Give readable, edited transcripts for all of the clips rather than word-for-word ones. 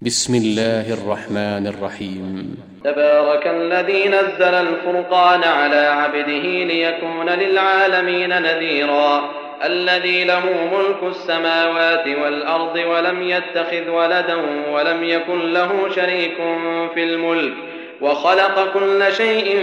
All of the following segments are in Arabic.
بسم الله الرحمن الرحيم. تبارك الذي نزل الفرقان على عبده ليكون للعالمين نذيرا الذي له ملك السماوات والأرض ولم يتخذ ولدا ولم يكن له شريك في الملك وخلق كل شيء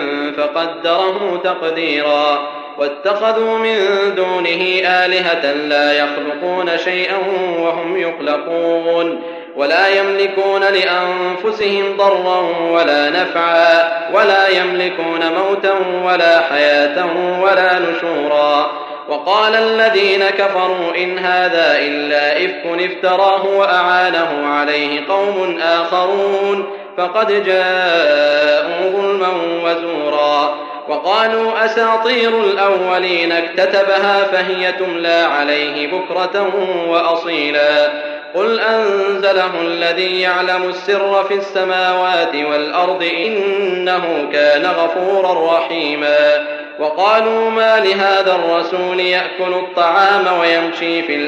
فقدره تقديرا واتخذوا من دونه آلهة لا يخلقون شيئا وهم يخلقون ولا يملكون لأنفسهم ضرا ولا نفعا ولا يملكون موتا ولا حياة ولا نشورا. وقال الذين كفروا إن هذا إلا إفك افتراه وأعانه عليه قوم آخرون فقد جاءوا ظلما وزورا. وقالوا أساطير الأولين اكتتبها فهي تملى عليه بكرة وأصيلا. قل أنزله الذي يعلم السر في السماوات والأرض إنه كان غفورا رحيما. وقالوا ما لهذا الرسول يأكل الطعام ويمشي في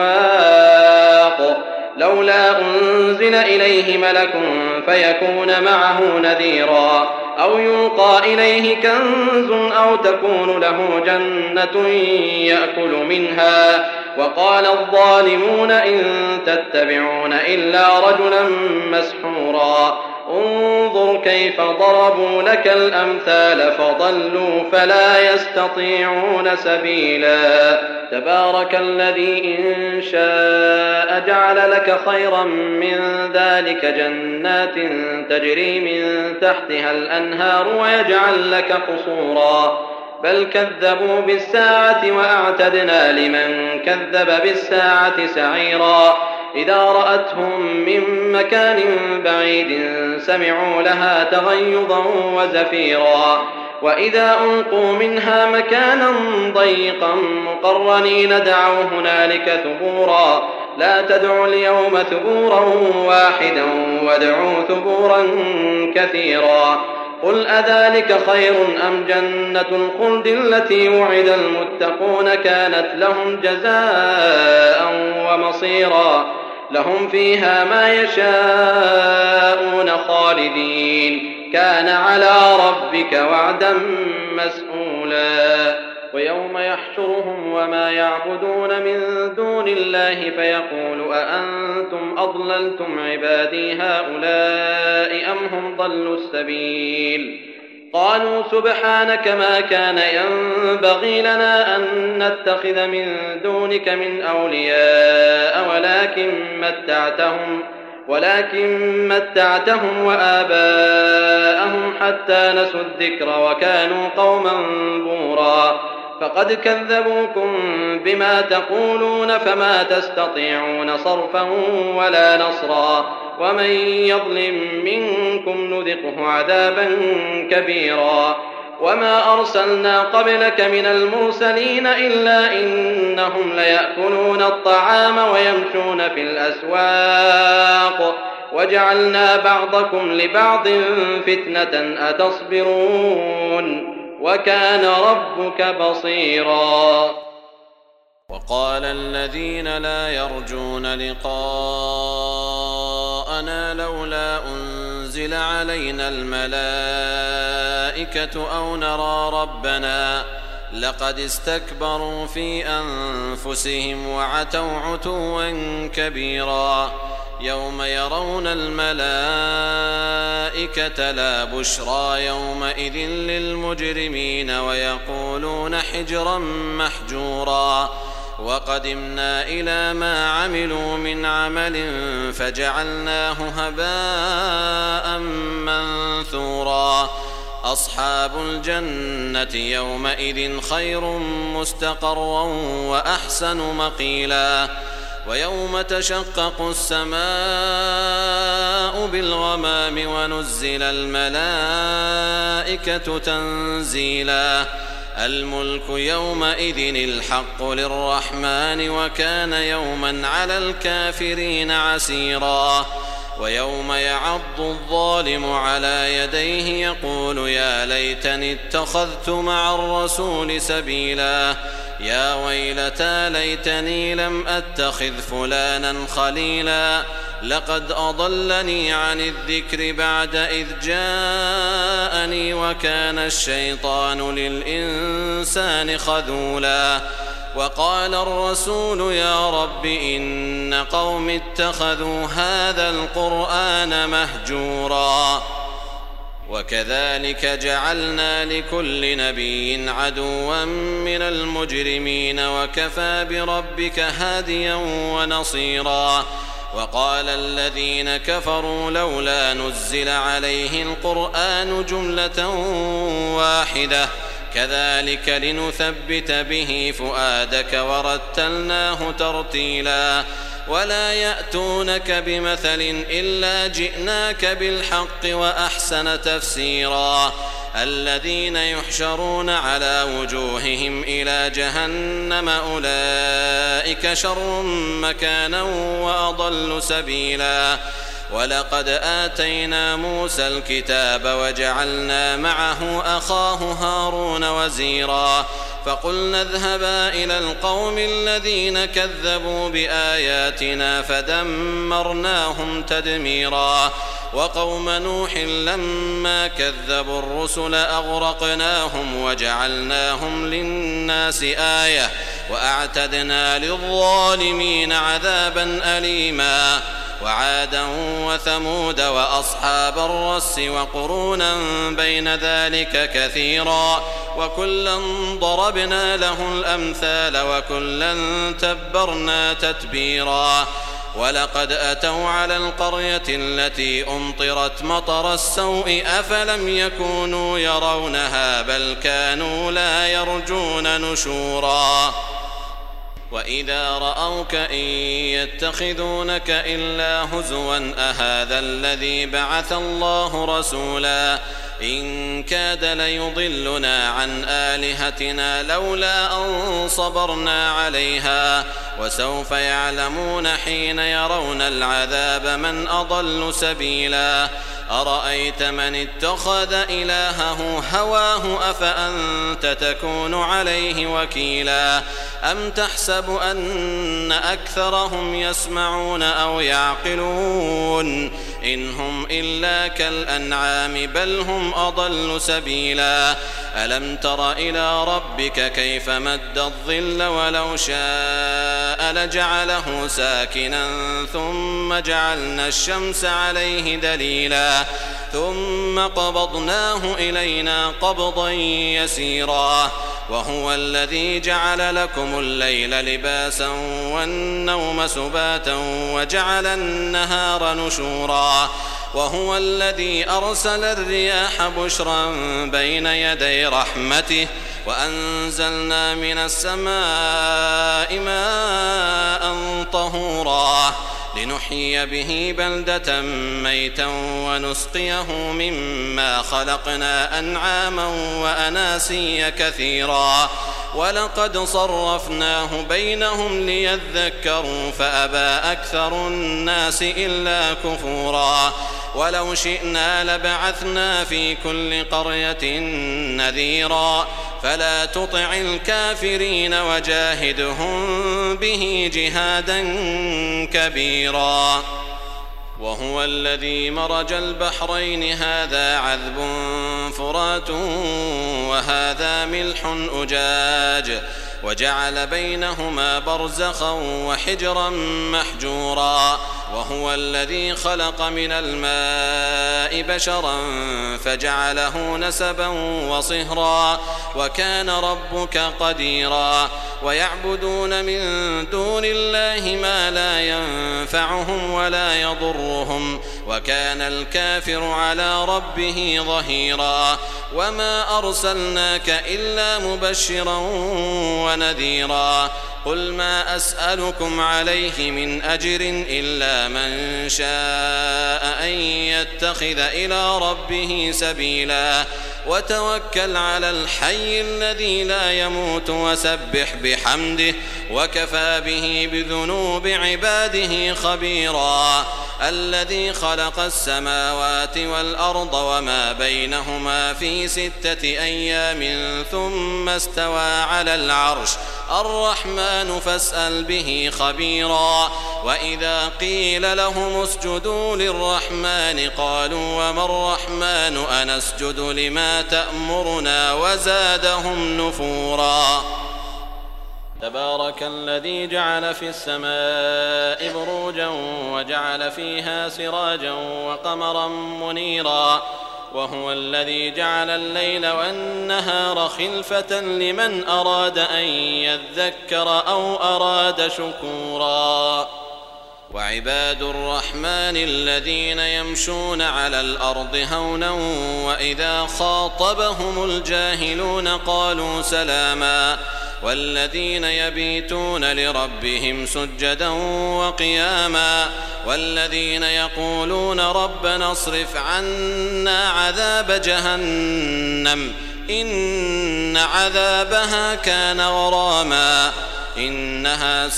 الأسواق لولا أنزل إليه ملك فيكون معه نذيرا أو يلقى إليه كنز أو تكون له جنة يأكل منها. وقال الظالمون إن تتبعون إلا رجلا مسحورا. انظر كيف ضربوا لك الأمثال فضلوا فلا يستطيعون سبيلا. تبارك الذي إن شاء جعل لك خيرا من ذلك جنات تجري من تحتها الأنهار ويجعل لك قصورا بل كذبوا بالساعة وأعتدنا لمن كذب بالساعة سعيرا. إذا رأتهم من مكان بعيد سمعوا لها تغيظا وزفيرا وإذا ألقوا منها مكانا ضيقا مقرنين دعوا هنالك ثبورا لا تدعوا اليوم ثبورا واحدا وادعوا ثبورا كثيرا. قل أذلك خير أم جنة الخلد التي وعد المتقون كانت لهم جزاء ومصيرا لهم فيها ما يشاءون خالدين كان على ربك وعدا مسئولا. ويوم يحشرهم وما يعبدون من دون الله فيقول أأنتم أضللتم عبادي هؤلاء أم هم ضلوا السبيل. قالوا سبحانك ما كان ينبغي لنا أن نتخذ من دونك من أولياء ولكن متعتهم وآباءهم حتى نسوا الذكر وكانوا قوما بورا. فقد كذبوكم بما تقولون فما تستطيعون صرفا ولا نصرا ومن يظلم منكم نذقه عذابا كبيرا. وما أرسلنا قبلك من المرسلين إلا إنهم ليأكلون الطعام ويمشون في الأسواق وجعلنا بعضكم لبعض فتنة أتصبرون وكان ربك بصيرا. وقال الذين لا يرجون لقاءنا لولا أنزل علينا الملائكة أو نرى ربنا لقد استكبروا في أنفسهم وعتوا عتوا كبيرا. يوم يرون الملائكة لا بشرى يومئذ للمجرمين ويقولون حجرا محجورا. وقدمنا إلى ما عملوا من عمل فجعلناه هباء منثورا. أصحاب الجنة يومئذ خير مستقرا وأحسن مقيلا. ويوم تشقق السماء بالغمام ونزل الملائكة تنزيلا. الملك يومئذ الحق للرحمن وكان يوما على الكافرين عسيرا. ويوم يعض الظالم على يديه يقول يا ليتني اتخذت مع الرسول سبيلا. يا ويلتى ليتني لم أتخذ فلانا خليلا لقد أضلني عن الذكر بعد إذ جاءني وكان الشيطان للإنسان خذولا وقال الرسول يا رب إن قوم اتخذوا هذا القرآن مهجورا وكذلك جعلنا لكل نبي عدوا من المجرمين وكفى بربك هاديا ونصيرا وقال الذين كفروا لولا نزل عليه القرآن جملة واحدة كذلك لنثبت به فؤادك ورتلناه ترتيلا ولا يأتونك بمثل إلا جئناك بالحق وأحسن تفسيرا الذين يحشرون على وجوههم إلى جهنم أولئك شر مكانا وأضل سبيلا ولقد آتينا موسى الكتاب وجعلنا معه أخاه هارون وزيرا فقلنا اذهبا إلى القوم الذين كذبوا بآياتنا فدمرناهم تدميرا وقوم نوح لما كذبوا الرسل أغرقناهم وجعلناهم للناس آية وأعتدنا للظالمين عذابا أليما وعادا وثمود وأصحاب الرس وقرونا بين ذلك كثيرا وكلا ضربنا له الأمثال وكلا تبرنا تتبيرا ولقد أتوا على القرية التي أمطرت مطر السوء أفلم يكونوا يرونها بل كانوا لا يرجون نشورا وإذا رأوك إن يتخذونك إلا هزوا أهذا الذي بعث الله رسولا إن كاد ليضلنا عن آلهتنا لولا أن صبرنا عليها وسوف يعلمون حين يرون العذاب من أضل سبيلا أرأيت من اتخذ إلهه هواه أفأنت تكون عليه وكيلا أم تحسب أن أكثرهم يسمعون أو يعقلون إن هم إلا كالأنعام بل هم أضل سبيلا ألم تر إلى ربك كيف مد الظل ولو شاء لجعله ساكنا ثم جعلنا الشمس عليه دليلا ثم قبضناه إلينا قبضا يسيرا وهو الذي جعل لكم الليل لباسا والنوم سباتا وجعل النهار نشورا وهو الذي أرسل الرياح بشرا بين يدي رحمته وأنزلنا من السماء ماء طهورا لنحيي به بلدة ميتا ونسقيه مما خلقنا أنعاما وأناسيا كثيرا ولقد صرفناه بينهم ليذكروا فأبى أكثر الناس إلا كفورا ولو شئنا لبعثنا في كل قرية نذيرا فلا تطع الكافرين وجاهدهم به جهادا كبيرا وهو الذي مرج البحرين هذا عذب فرات وهذا ملح أجاج وجعل بينهما برزخا وحجرا محجورا وهو الذي خلق من الماء بشرا فجعله نسبا وصهرا وكان ربك قديرا ويعبدون من دون الله ما لا ينفعهم ولا يضرهم وكان الكافر على ربه ظهيرا وما أرسلناك إلا مبشرا ونذيرا قل ما أسألكم عليه من أجر إلا من شاء أن يتخذ إلى ربه سبيلا وتوكل على الحي الذي لا يموت وسبح بحمده وكفى به بذنوب عباده خبيرا الذي خلق السماوات والأرض وما بينهما في 6 أيام ثم استوى على العرش الرحمن فاسأل به خبيرا وإذا قيل لهم اسجدوا للرحمن قالوا وما الرحمن أنسجد لما تأمرنا وزادهم نفورا تبارك الذي جعل في السماء بروجا وجعل فيها سراجا وقمرا منيرا وهو الذي جعل الليل والنهار خلفة لمن أراد أن يذكر أو أراد شكورا وعباد الرحمن الذين يمشون على الأرض هونا وإذا خاطبهم الجاهلون قالوا سلاما والذين يبيتون لربهم سجدا وقياما والذين يقولون ربنا اصرف عنا عذاب جهنم إن عذابها كان غراما إنها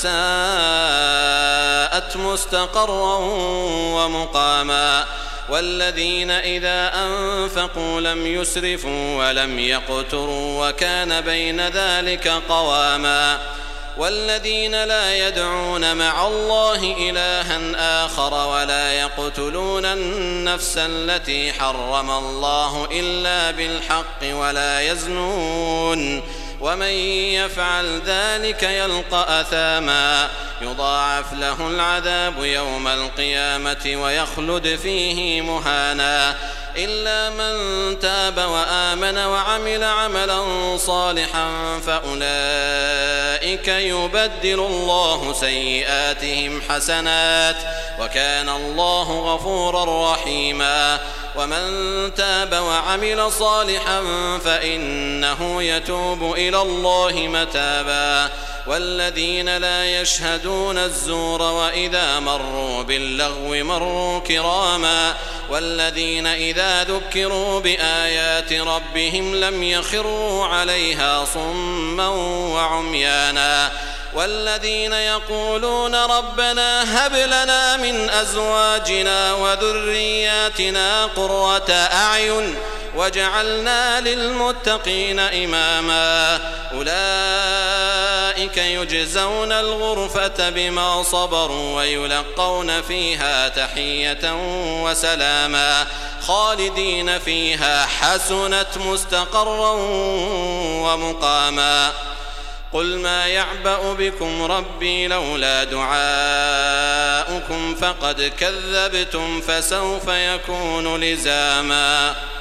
ساءت مستقرا ومقاما والذين إذا أنفقوا لم يسرفوا ولم يقتروا وكان بين ذلك قواما والذين لا يدعون مع الله إلها آخر ولا يقتلون النفس التي حرم الله إلا بالحق ولا يزنون ومن يفعل ذلك يلقى أثاما يضاعف له العذاب يوم القيامة ويخلد فيه مهانا إلا من تاب وآمن وعمل عملا صالحا فأولئك يبدل الله سيئاتهم حسنات وكان الله غفورا رحيما ومن تاب وعمل صالحا فإنه يتوب إلى الله متابا والذين لا يشهدون الزور وإذا مروا باللغو مروا كراما والذين إذا ذكروا بآيات ربهم لم يخروا عليها صما وعميانا والذين يقولون ربنا هب لنا من أزواجنا وذرياتنا قرة أعين وجعلنا للمتقين إماما أولئك يجزون الغرفة بما صبروا ويلقون فيها تحية وسلاما خالدين فيها حسنت مستقرا ومقاما قل ما يعبأ بكم ربي لولا دعاؤكم فقد كذبتم فسوف يكون لزاما